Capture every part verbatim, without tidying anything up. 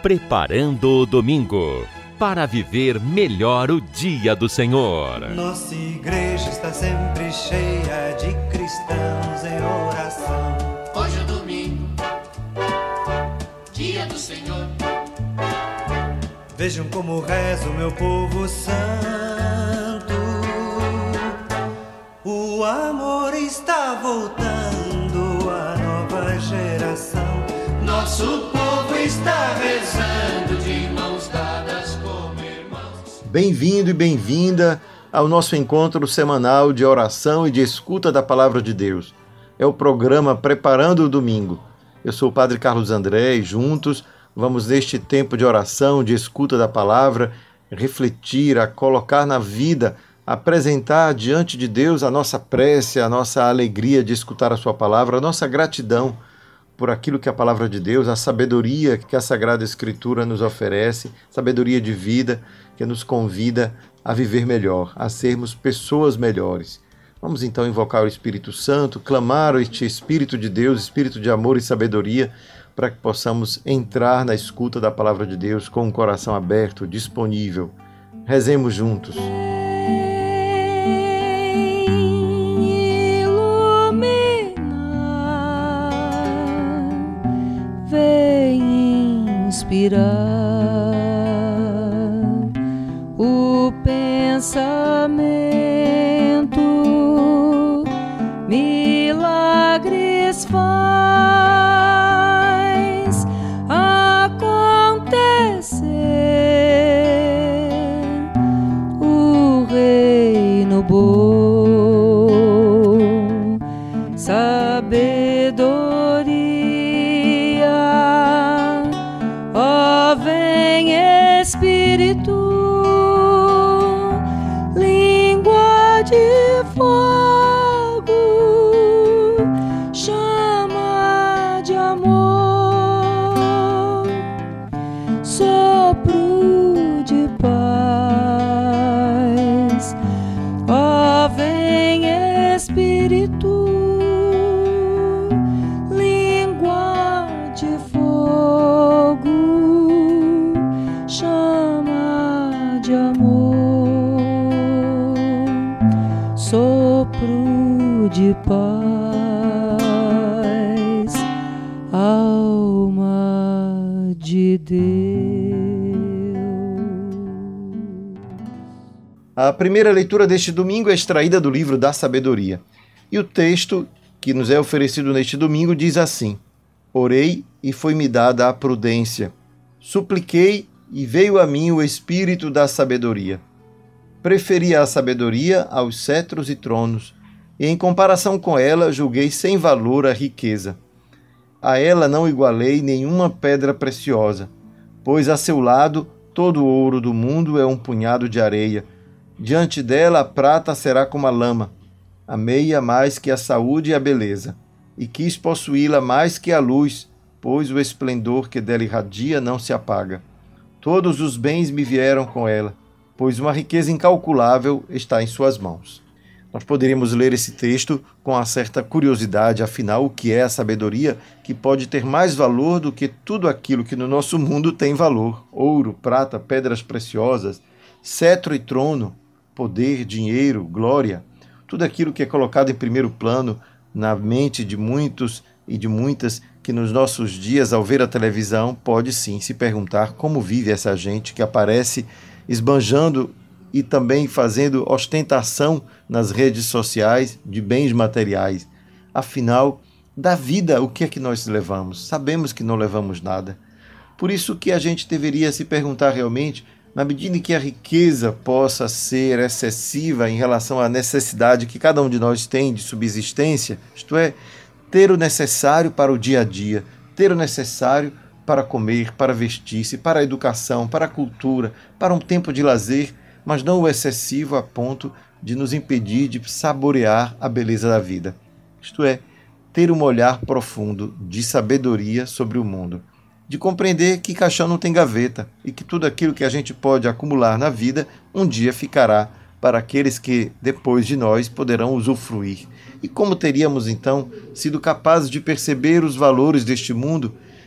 Preparando o Domingo, para viver melhor o dia do Senhor. Nossa igreja está sempre cheia de cristãos em oração. Hoje é domingo, dia do Senhor. Vejam como reza o meu povo santo. O amor está voltando à nova geração. Nosso povo está rezando de mãos dadas como irmãos. Bem-vindo e bem-vinda ao nosso encontro semanal de oração e de escuta da Palavra de Deus. É o programa Preparando o Domingo. Eu sou o Padre Carlos André e juntos vamos neste tempo de oração, de escuta da Palavra, refletir, a colocar na vida, apresentar diante de Deus a nossa prece, a nossa alegria de escutar a sua Palavra, a nossa gratidão por aquilo que a Palavra de Deus, a sabedoria que a Sagrada Escritura nos oferece, sabedoria de vida que nos convida a viver melhor, a sermos pessoas melhores. Vamos então invocar o Espírito Santo, clamar este Espírito de Deus, Espírito de amor e sabedoria, para que possamos entrar na escuta da Palavra de Deus com um coração aberto, disponível. Rezemos juntos. Inspirar o pensamento, milagres faz acontecer, o reino bom, sabedoria. Ó, vem Espírito, língua de fogo, chama de amor, sopro de paz. Ó, vem Espírito, língua de fogo, chama de amor, sopro de paz, alma de Deus. A primeira leitura deste domingo é extraída do livro da Sabedoria. E o texto que nos é oferecido neste domingo diz assim: Orei e foi-me dada a prudência. Supliquei e veio a mim o espírito da sabedoria. Preferi a sabedoria aos cetros e tronos, e em comparação com ela julguei sem valor a riqueza. A ela não igualei nenhuma pedra preciosa, pois a seu lado todo o ouro do mundo é um punhado de areia. Diante dela a prata será como a lama. Amei-a mais que a saúde e a beleza, e quis possuí-la mais que a luz, pois o esplendor que dela irradia não se apaga. Todos os bens me vieram com ela, pois uma riqueza incalculável está em suas mãos. Nós poderíamos ler esse texto com uma certa curiosidade, afinal, o que é a sabedoria que pode ter mais valor do que tudo aquilo que no nosso mundo tem valor? Ouro, prata, pedras preciosas, cetro e trono, poder, dinheiro, glória, tudo aquilo que é colocado em primeiro plano na mente de muitos e de muitas que nos nossos dias, ao ver a televisão, pode sim se perguntar como vive essa gente que aparece esbanjando e também fazendo ostentação nas redes sociais de bens materiais. Afinal, da vida, o que é que nós levamos? Sabemos que não levamos nada. Por isso que a gente deveria se perguntar realmente, na medida em que a riqueza possa ser excessiva em relação à necessidade que cada um de nós tem de subsistência, isto é, ter o necessário para o dia a dia, ter o necessário para comer, para vestir-se, para a educação, para a cultura, para um tempo de lazer, mas não o excessivo a ponto de nos impedir de saborear a beleza da vida. Isto é, ter um olhar profundo de sabedoria sobre o mundo, de compreender que caixão não tem gaveta e que tudo aquilo que a gente pode acumular na vida um dia ficará para aqueles que, depois de nós, poderão usufruir. E como teríamos, então, sido capazes de perceber os valores deste mundo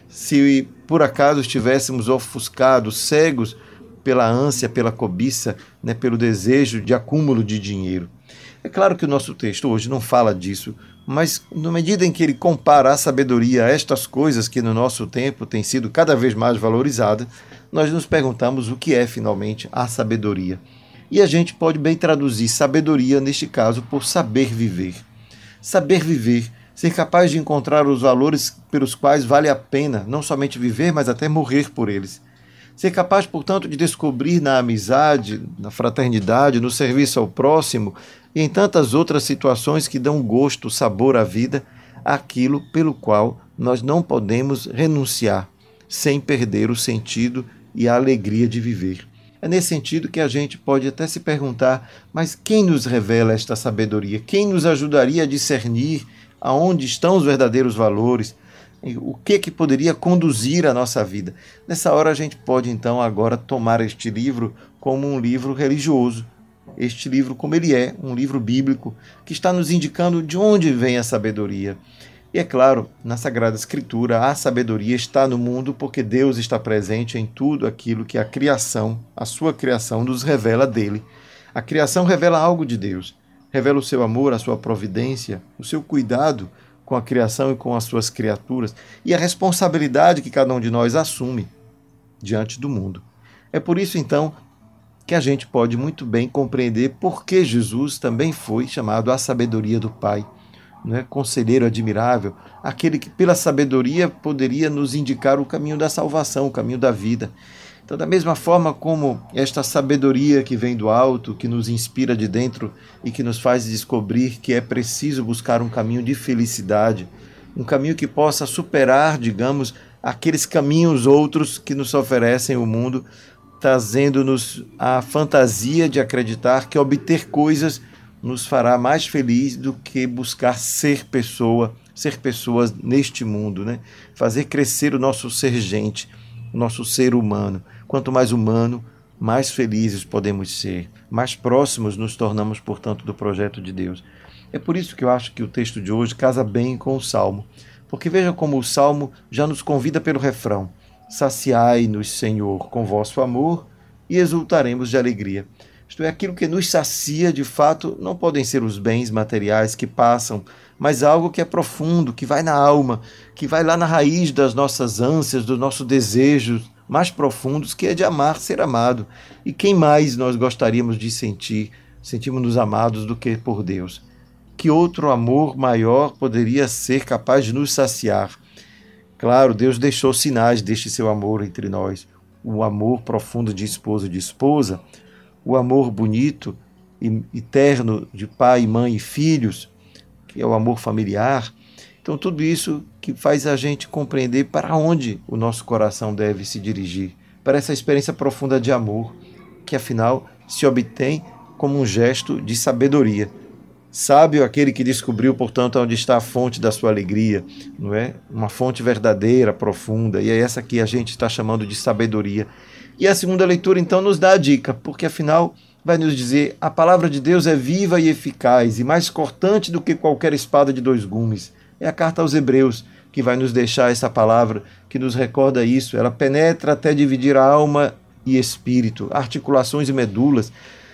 se por acaso estivéssemos ofuscados, cegos pela ânsia, pela cobiça, né, pelo desejo de acúmulo de dinheiro. É claro que o nosso texto hoje não fala disso, mas na medida em que ele compara a sabedoria a estas coisas que no nosso tempo têm sido cada vez mais valorizadas, nós nos perguntamos o que é finalmente a sabedoria. E a gente pode bem traduzir sabedoria, neste caso, por saber viver. Saber viver, ser capaz de encontrar os valores pelos quais vale a pena não somente viver, mas até morrer por eles. Ser capaz, portanto, de descobrir na amizade, na fraternidade, no serviço ao próximo e em tantas outras situações que dão gosto, sabor à vida, aquilo pelo qual nós não podemos renunciar, sem perder o sentido e a alegria de viver. É nesse sentido que a gente pode até se perguntar, mas quem nos revela esta sabedoria? Quem nos ajudaria a discernir aonde estão os verdadeiros valores? O que que poderia conduzir a nossa vida? Nessa hora a gente pode então agora tomar este livro como um livro religioso. Este livro como ele é, um livro bíblico, que está nos indicando de onde vem a sabedoria. E é claro, na Sagrada Escritura, a sabedoria está no mundo porque Deus está presente em tudo aquilo que a criação, a sua criação, nos revela dele. A criação revela algo de Deus, revela o seu amor, a sua providência, o seu cuidado com a criação e com as suas criaturas, e a responsabilidade que cada um de nós assume diante do mundo. É por isso, então, que a gente pode muito bem compreender por que Jesus também foi chamado a sabedoria do Pai, não é? Conselheiro admirável, aquele que pela sabedoria poderia nos indicar o caminho da salvação, o caminho da vida. Então, da mesma forma como esta sabedoria que vem do alto, que nos inspira de dentro e que nos faz descobrir que é preciso buscar um caminho de felicidade, um caminho que possa superar, digamos, aqueles caminhos outros que nos oferecem o mundo, trazendo-nos a fantasia de acreditar que obter coisas nos fará mais feliz do que buscar ser pessoa, ser pessoas neste mundo, né? Fazer crescer o nosso ser gente, o nosso ser humano. Quanto mais humano, mais felizes podemos ser, mais próximos nos tornamos, portanto, do projeto de Deus. É por isso que eu acho que o texto de hoje casa bem com o Salmo, porque veja como o Salmo já nos convida pelo refrão: saciai-nos, Senhor, com vosso amor e exultaremos de alegria. Isto é, aquilo que nos sacia, de fato, não podem ser os bens materiais que passam, mas algo que é profundo, que vai na alma, que vai lá na raiz das nossas ânsias, dos nossos desejos mais profundos, que é de amar, ser amado. E quem mais nós gostaríamos de sentir, sentimos-nos amados do que por Deus? Que outro amor maior poderia ser capaz de nos saciar? Claro, Deus deixou sinais deste seu amor entre nós. O amor profundo de esposo e de esposa, o amor bonito e eterno de pai, mãe e filhos, que é o amor familiar. Então, tudo isso que faz a gente compreender para onde o nosso coração deve se dirigir, para essa experiência profunda de amor, que afinal se obtém como um gesto de sabedoria. Sábio aquele que descobriu, portanto, onde está a fonte da sua alegria, não é? Uma fonte verdadeira, profunda, e é essa que a gente está chamando de sabedoria. E a segunda leitura, então, nos dá a dica, porque afinal vai nos dizer: a palavra de Deus é viva e eficaz, e mais cortante do que qualquer espada de dois gumes. É a carta aos Hebreus que vai nos deixar essa palavra, que nos recorda isso. Ela penetra até dividir a alma e espírito, articulações e medulas,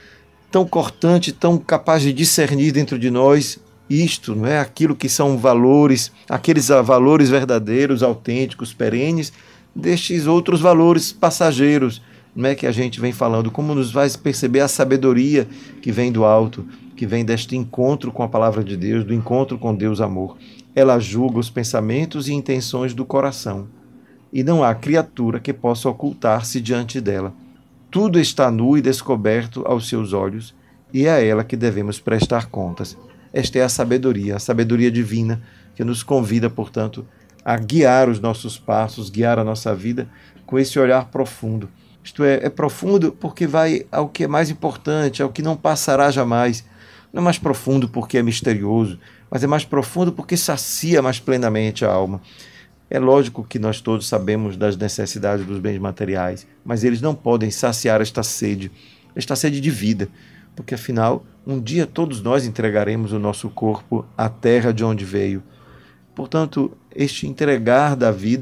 tão cortante, tão capaz de discernir dentro de nós isto, não é? Aquilo que são valores, aqueles valores verdadeiros, autênticos, perenes, destes outros valores passageiros, não é, que a gente vem falando, como nos faz perceber a sabedoria que vem do alto, que vem deste encontro com a palavra de Deus, do encontro com Deus amor. Ela julga os pensamentos e intenções do coração, e não há criatura que possa ocultar-se diante dela. Tudo está nu e descoberto aos seus olhos, e é a ela que devemos prestar contas. Esta é a sabedoria, a sabedoria divina, que nos convida, portanto, a guiar os nossos passos, guiar a nossa vida com esse olhar profundo. Isto é, é profundo porque vai ao que é mais importante, ao que não passará jamais. Não é mais profundo porque é misterioso, mas é mais profundo porque sacia mais plenamente a alma. É lógico que nós todos sabemos das necessidades dos bens materiais, mas eles não podem saciar esta sede, esta sede de vida, porque afinal, um dia todos nós entregaremos o nosso corpo à terra de onde veio. Portanto, este entregar da vida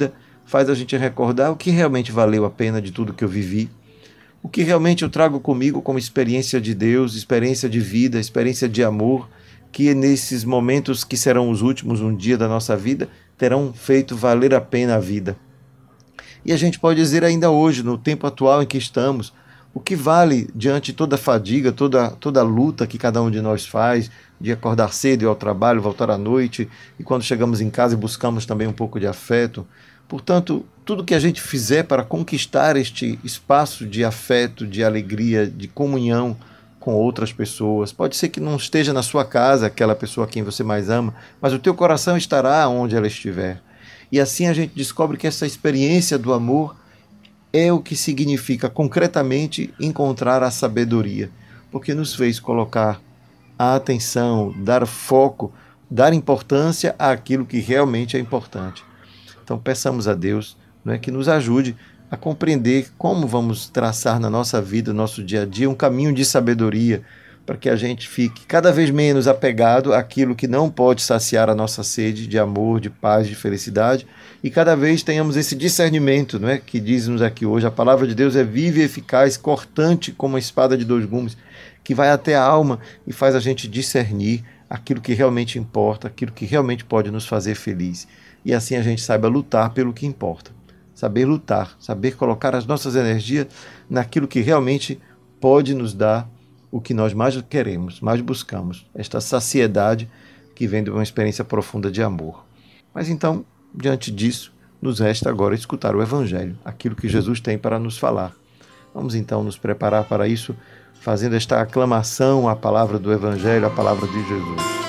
faz a gente recordar o que realmente valeu a pena de tudo que eu vivi, o que realmente eu trago comigo como experiência de Deus, experiência de vida, experiência de amor, que nesses momentos que serão os últimos um dia da nossa vida, terão feito valer a pena a vida. E a gente pode dizer ainda hoje, no tempo atual em que estamos, o que vale diante de toda a fadiga, toda, toda a luta que cada um de nós faz, de acordar cedo, ir ao trabalho, voltar à noite, e quando chegamos em casa buscamos também um pouco de afeto. Portanto, tudo que a gente fizer para conquistar este espaço de afeto, de alegria, de comunhão com outras pessoas, pode ser que não esteja na sua casa aquela pessoa a quem você mais ama, mas o teu coração estará onde ela estiver. E assim a gente descobre que essa experiência do amor é o que significa concretamente encontrar a sabedoria, porque nos fez colocar a atenção, dar foco, dar importância àquilo que realmente é importante. Então peçamos a Deus, não é, que nos ajude a compreender como vamos traçar na nossa vida, no nosso dia a dia, um caminho de sabedoria, para que a gente fique cada vez menos apegado àquilo que não pode saciar a nossa sede de amor, de paz, de felicidade, e cada vez tenhamos esse discernimento, não é, que diz-nos aqui hoje, a palavra de Deus é viva e eficaz, cortante como uma espada de dois gumes, que vai até a alma e faz a gente discernir aquilo que realmente importa, aquilo que realmente pode nos fazer feliz. E assim a gente saiba lutar pelo que importa. Saber lutar, saber colocar as nossas energias naquilo que realmente pode nos dar o que nós mais queremos, mais buscamos, esta saciedade que vem de uma experiência profunda de amor. Mas então, diante disso, nos resta agora escutar o Evangelho, aquilo que Jesus tem para nos falar. Vamos então nos preparar para isso, fazendo esta aclamação à palavra do Evangelho, à palavra de Jesus.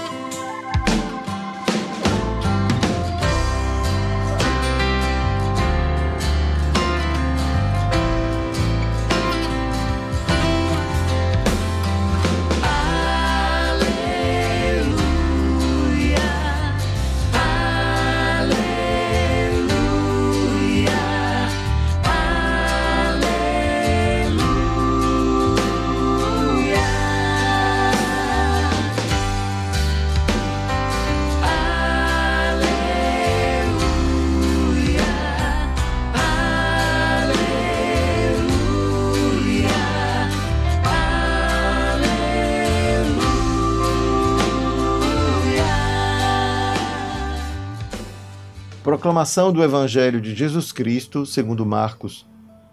Proclamação do Evangelho de Jesus Cristo, segundo Marcos.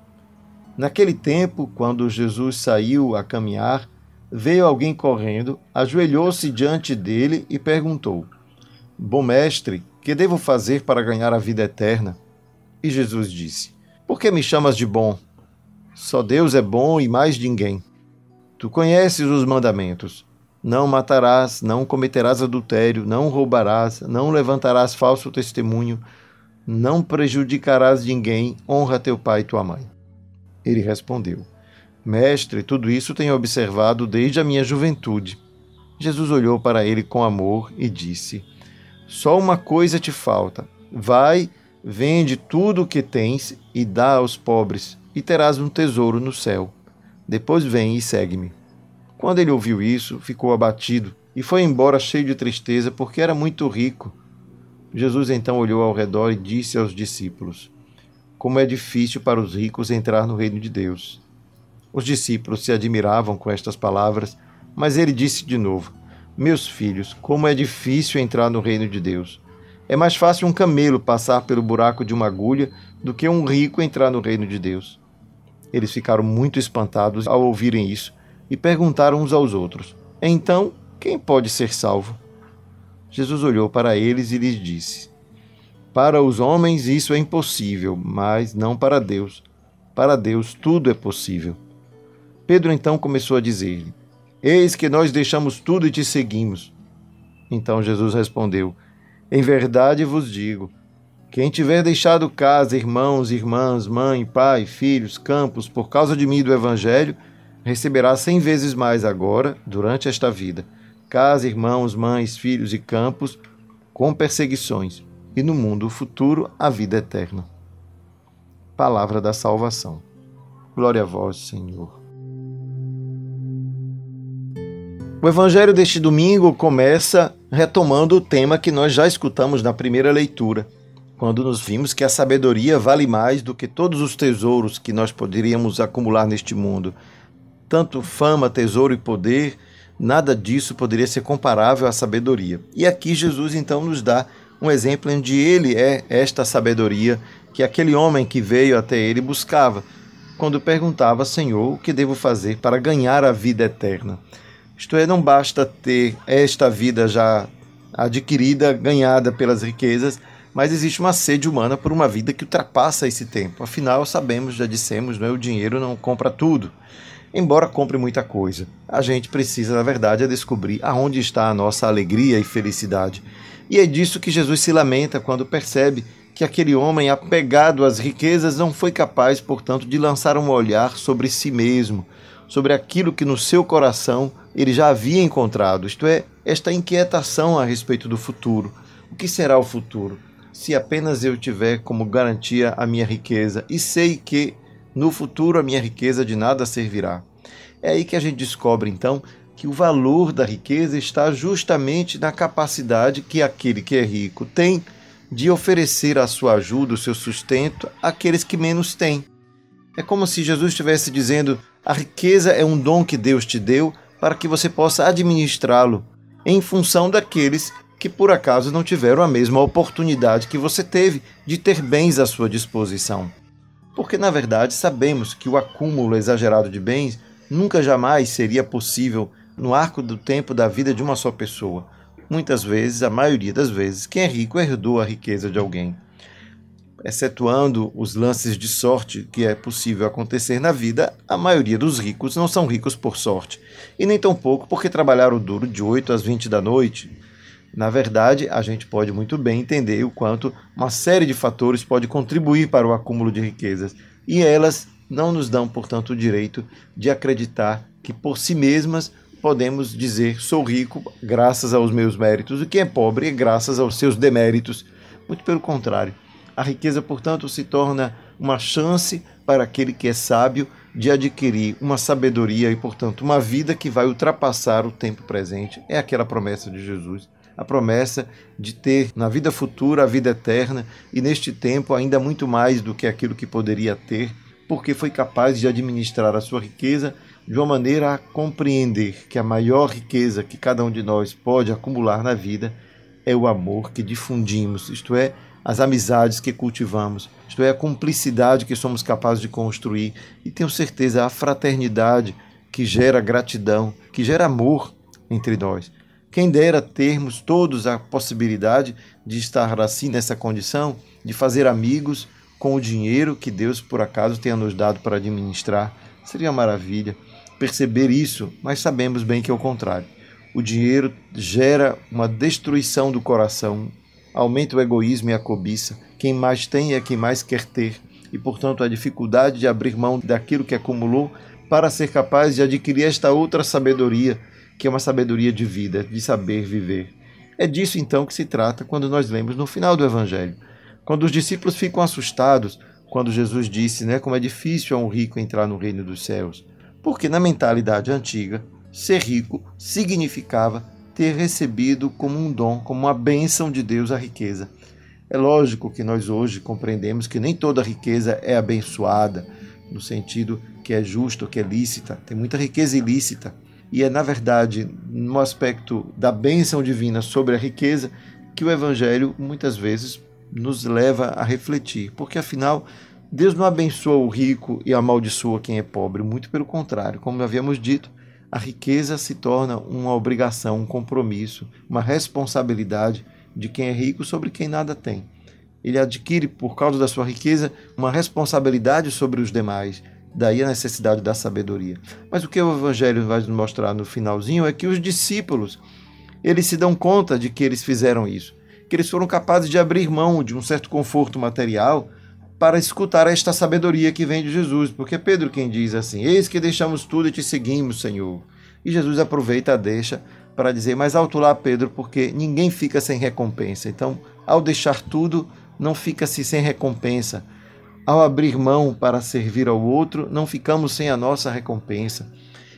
Naquele tempo, quando Jesus saiu a caminhar, veio alguém correndo, ajoelhou-se diante dele e perguntou: Bom mestre, que devo fazer para ganhar a vida eterna? E Jesus disse: Por que me chamas de bom? Só Deus é bom e mais ninguém. Tu conheces os mandamentos. Não matarás, não cometerás adultério, não roubarás, não levantarás falso testemunho, não prejudicarás ninguém, honra teu pai e tua mãe. Ele respondeu: Mestre, tudo isso tenho observado desde a minha juventude. Jesus olhou para ele com amor e disse: Só uma coisa te falta. Vai, vende tudo o que tens e dá aos pobres, e terás um tesouro no céu. Depois vem e segue-me. Quando ele ouviu isso, ficou abatido e foi embora cheio de tristeza, porque era muito rico. Jesus então olhou ao redor e disse aos discípulos: Como é difícil para os ricos entrar no reino de Deus. Os discípulos se admiravam com estas palavras, mas ele disse de novo: Meus filhos, como é difícil entrar no reino de Deus. É mais fácil um camelo passar pelo buraco de uma agulha do que um rico entrar no reino de Deus. Eles ficaram muito espantados ao ouvirem isso e perguntaram uns aos outros: Então, quem pode ser salvo? Jesus olhou para eles e lhes disse: Para os homens isso é impossível, mas não para Deus. Para Deus tudo é possível. Pedro então começou a dizer-lhe: Eis que nós deixamos tudo e te seguimos. Então Jesus respondeu: Em verdade vos digo, quem tiver deixado casa, irmãos, irmãs, mãe, pai, filhos, campos, por causa de mim e do Evangelho, receberá cem vezes mais agora, durante esta vida, casa, irmãos, mães, filhos e campos, com perseguições, e no mundo futuro a vida eterna. Palavra da salvação. Glória a vós, Senhor. O Evangelho deste domingo começa retomando o tema que nós já escutamos na primeira leitura. quando nos vimos que a sabedoria vale mais do que todos os tesouros que nós poderíamos acumular neste mundo. Tanto fama, tesouro e poder, nada disso poderia ser comparável à sabedoria. E aqui Jesus então nos dá um exemplo onde ele é esta sabedoria que aquele homem que veio até ele buscava, quando perguntava: Senhor, o que devo fazer para ganhar a vida eterna? Isto é, não basta ter esta vida já adquirida, ganhada pelas riquezas, mas existe uma sede humana por uma vida que ultrapassa esse tempo. Afinal, sabemos, já dissemos, não é, o dinheiro não compra tudo, embora compre muita coisa. A gente precisa, na verdade, é descobrir aonde está a nossa alegria e felicidade. E é disso que Jesus se lamenta quando percebe que aquele homem apegado às riquezas não foi capaz, portanto, de lançar um olhar sobre si mesmo, sobre aquilo que no seu coração ele já havia encontrado, isto é, esta inquietação a respeito do futuro. O que será o futuro? Se apenas eu tiver como garantia a minha riqueza e sei que no futuro a minha riqueza de nada servirá. É aí que a gente descobre, então, que o valor da riqueza está justamente na capacidade que aquele que é rico tem de oferecer a sua ajuda, o seu sustento, àqueles que menos têm. É como se Jesus estivesse dizendo: a riqueza é um dom que Deus te deu para que você possa administrá-lo em função daqueles que por acaso não tiveram a mesma oportunidade que você teve de ter bens à sua disposição. Porque, na verdade, sabemos que o acúmulo exagerado de bens nunca jamais seria possível no arco do tempo da vida de uma só pessoa. Muitas vezes, a maioria das vezes, quem é rico herdou a riqueza de alguém. Excetuando os lances de sorte que é possível acontecer na vida, a maioria dos ricos não são ricos por sorte, e nem tampouco porque trabalharam duro de oito às vinte da noite. Na verdade, a gente pode muito bem entender o quanto uma série de fatores pode contribuir para o acúmulo de riquezas, e elas não nos dão, portanto, o direito de acreditar que por si mesmas podemos dizer: sou rico graças aos meus méritos, e quem é pobre é graças aos seus deméritos. Muito pelo contrário. A riqueza, portanto, se torna uma chance para aquele que é sábio de adquirir uma sabedoria e, portanto, uma vida que vai ultrapassar o tempo presente. É aquela promessa de Jesus, a promessa de ter na vida futura a vida eterna e neste tempo ainda muito mais do que aquilo que poderia ter, porque foi capaz de administrar a sua riqueza de uma maneira a compreender que a maior riqueza que cada um de nós pode acumular na vida é o amor que difundimos, isto é, as amizades que cultivamos, isto é, a cumplicidade que somos capazes de construir, e tenho certeza a fraternidade que gera gratidão, que gera amor entre nós. Quem dera termos todos a possibilidade de estar assim nessa condição, de fazer amigos com o dinheiro que Deus por acaso tenha nos dado para administrar. Seria uma maravilha perceber isso, mas sabemos bem que é o contrário. O dinheiro gera uma destruição do coração, aumenta o egoísmo e a cobiça. Quem mais tem é quem mais quer ter, e portanto a dificuldade de abrir mão daquilo que acumulou para ser capaz de adquirir esta outra sabedoria, que é uma sabedoria de vida, de saber viver. É disso então que se trata quando nós lemos no final do Evangelho. Quando os discípulos ficam assustados, quando Jesus disse, né, como é difícil a um rico entrar no reino dos céus. Porque na mentalidade antiga, ser rico significava ter recebido como um dom, como uma bênção de Deus a riqueza. É lógico que nós hoje compreendemos que nem toda riqueza é abençoada, no sentido que é justa, que é lícita. Tem muita riqueza ilícita. E é, na verdade, no aspecto da bênção divina sobre a riqueza que o Evangelho muitas vezes nos leva a refletir. Porque, afinal, Deus não abençoa o rico e amaldiçoa quem é pobre. Muito pelo contrário. Como havíamos dito, a riqueza se torna uma obrigação, um compromisso, uma responsabilidade de quem é rico sobre quem nada tem. Ele adquire, por causa da sua riqueza, uma responsabilidade sobre os demais. Daí a necessidade da sabedoria. Mas o que o Evangelho vai nos mostrar no finalzinho é que os discípulos, eles se dão conta de que eles fizeram isso, que eles foram capazes de abrir mão de um certo conforto material para escutar esta sabedoria que vem de Jesus, porque é Pedro quem diz assim: eis que deixamos tudo e te seguimos, Senhor. E Jesus aproveita a deixa para dizer: mais alto lá, Pedro, porque ninguém fica sem recompensa. Então, ao deixar tudo, não fica-se sem recompensa. Ao abrir mão para servir ao outro, não ficamos sem a nossa recompensa.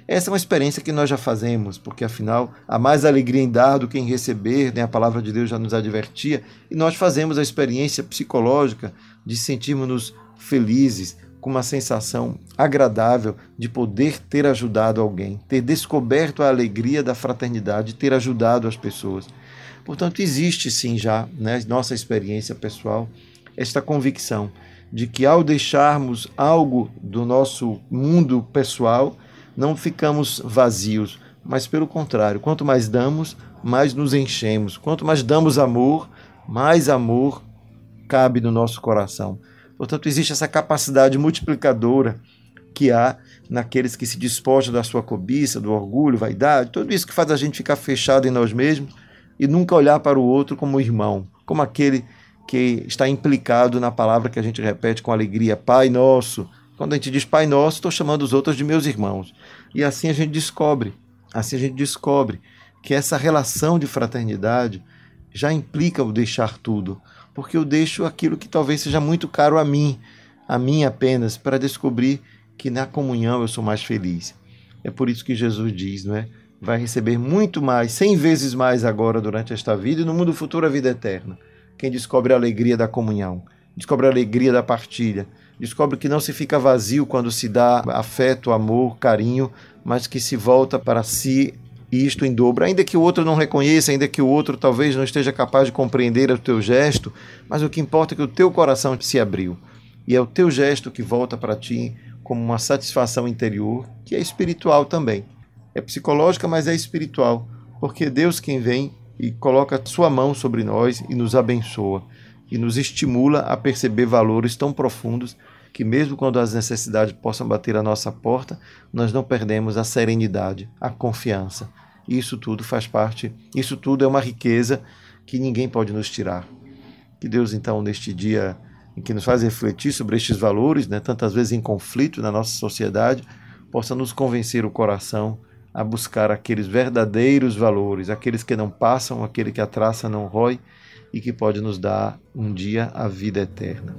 Essa é uma experiência que nós já fazemos, porque afinal há mais alegria em dar do que em receber, né? A palavra de Deus já nos advertia, e nós fazemos a experiência psicológica de sentirmos-nos felizes, com uma sensação agradável de poder ter ajudado alguém, ter descoberto a alegria da fraternidade, ter ajudado as pessoas. Portanto, existe sim já, né, nossa experiência pessoal, esta convicção de que ao deixarmos algo do nosso mundo pessoal, não ficamos vazios, mas pelo contrário, quanto mais damos, mais nos enchemos. Quanto mais damos amor, mais amor cabe no nosso coração. Portanto, existe essa capacidade multiplicadora que há naqueles que se despojam da sua cobiça, do orgulho, vaidade, tudo isso que faz a gente ficar fechado em nós mesmos e nunca olhar para o outro como irmão, como aquele que está implicado na palavra que a gente repete com alegria, Pai Nosso. Quando a gente diz Pai Nosso, estou chamando os outros de meus irmãos. E assim a gente descobre, assim a gente descobre que essa relação de fraternidade já implica o deixar tudo, porque eu deixo aquilo que talvez seja muito caro a mim, a mim apenas, para descobrir que na comunhão eu sou mais feliz. É por isso que Jesus diz, não é? Vai receber muito mais, cem vezes mais agora durante esta vida, e no mundo futuro a vida eterna. Quem descobre a alegria da comunhão, descobre a alegria da partilha, descobre que não se fica vazio quando se dá afeto, amor, carinho, mas que se volta para si, isto em dobro. Ainda que o outro não reconheça, ainda que o outro talvez não esteja capaz de compreender o teu gesto, mas o que importa é que o teu coração se abriu. E é o teu gesto que volta para ti como uma satisfação interior, que é espiritual também. É psicológica, mas é espiritual, porque é Deus quem vem e coloca sua mão sobre nós e nos abençoa, e nos estimula a perceber valores tão profundos que mesmo quando as necessidades possam bater à nossa porta, nós não perdemos a serenidade, a confiança. E isso tudo faz parte, isso tudo é uma riqueza que ninguém pode nos tirar. Que Deus, então, neste dia em que nos faz refletir sobre estes valores, né, tantas vezes em conflito na nossa sociedade, possa nos convencer o coração a buscar aqueles verdadeiros valores, aqueles que não passam, aquele que a traça não rói, e que pode nos dar um dia a vida eterna.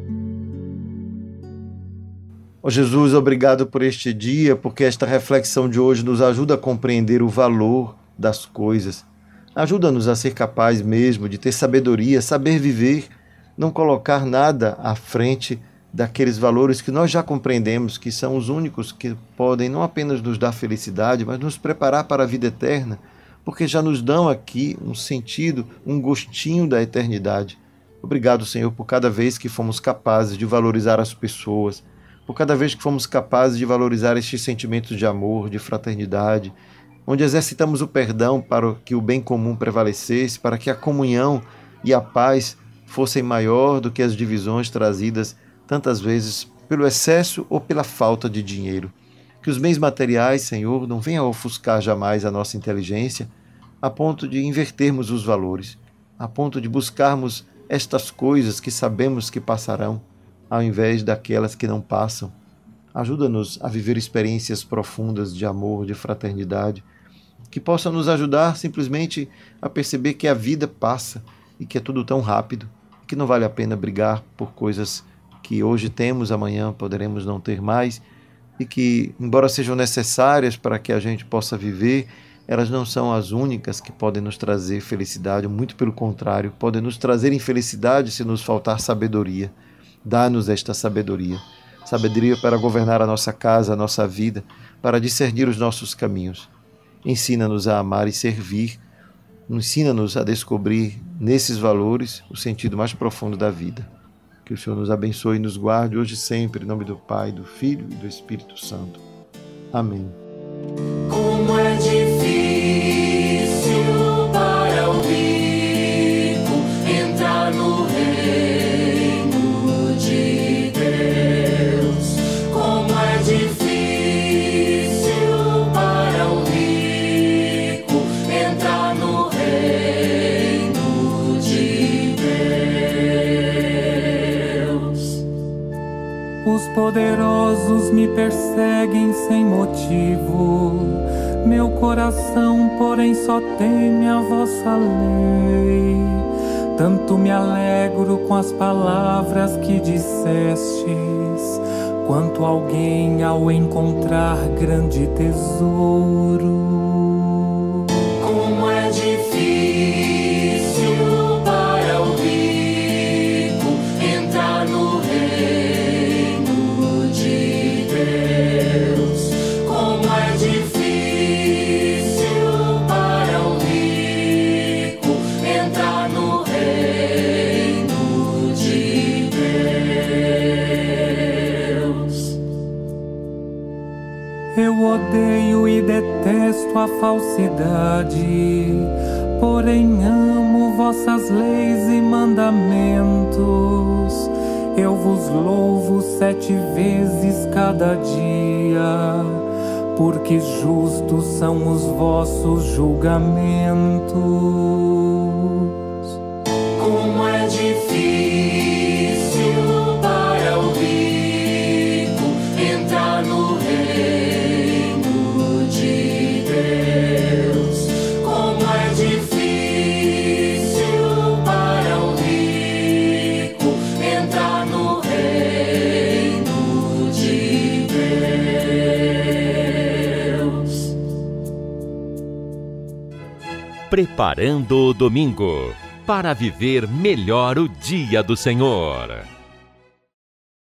Ó Jesus, obrigado por este dia, porque esta reflexão de hoje nos ajuda a compreender o valor das coisas. Ajuda-nos a ser capaz mesmo de ter sabedoria, saber viver, não colocar nada à frente daqueles valores que nós já compreendemos, que são os únicos que podem não apenas nos dar felicidade, mas nos preparar para a vida eterna, porque já nos dão aqui um sentido, um gostinho da eternidade. Obrigado, Senhor, por cada vez que fomos capazes de valorizar as pessoas, por cada vez que fomos capazes de valorizar estes sentimentos de amor, de fraternidade, onde exercitamos o perdão para que o bem comum prevalecesse, para que a comunhão e a paz fossem maior do que as divisões trazidas tantas vezes pelo excesso ou pela falta de dinheiro. Que os bens materiais, Senhor, não venham a ofuscar jamais a nossa inteligência, a ponto de invertermos os valores, a ponto de buscarmos estas coisas que sabemos que passarão, ao invés daquelas que não passam. Ajuda-nos a viver experiências profundas de amor, de fraternidade, que possam nos ajudar simplesmente a perceber que a vida passa e que é tudo tão rápido, que não vale a pena brigar por coisas que hoje temos, amanhã poderemos não ter mais, e que, embora sejam necessárias para que a gente possa viver, elas não são as únicas que podem nos trazer felicidade, muito pelo contrário, podem nos trazer infelicidade se nos faltar sabedoria. Dá-nos esta sabedoria, sabedoria para governar a nossa casa, a nossa vida, para discernir os nossos caminhos. Ensina-nos a amar e servir, ensina-nos a descobrir nesses valores o sentido mais profundo da vida. Que o Senhor nos abençoe e nos guarde hoje e sempre, em nome do Pai, do Filho e do Espírito Santo. Amém. Como é difícil para o rico entrar no reino de Deus. Como é difícil para o rico entrar no reino de Deus. Os poderosos me perseguem sem motivo, meu coração, porém, só teme a vossa lei. Tanto me alegro com as palavras que dissestes, quanto alguém ao encontrar grande tesouro. Como é difícil para o rico entrar no reino de Deus. Como é difícil para o rico entrar no reino de Deus. Eu odeio e detesto a falsidade, porém amo vossas leis e mandamentos. Eu vos louvo sete vezes cada dia, porque justos são os vossos julgamentos. Como é difícil para o rico entrar no reino de Deus. Como é difícil para o rico entrar no reino de Deus. Preparando o domingo para viver melhor o dia do Senhor.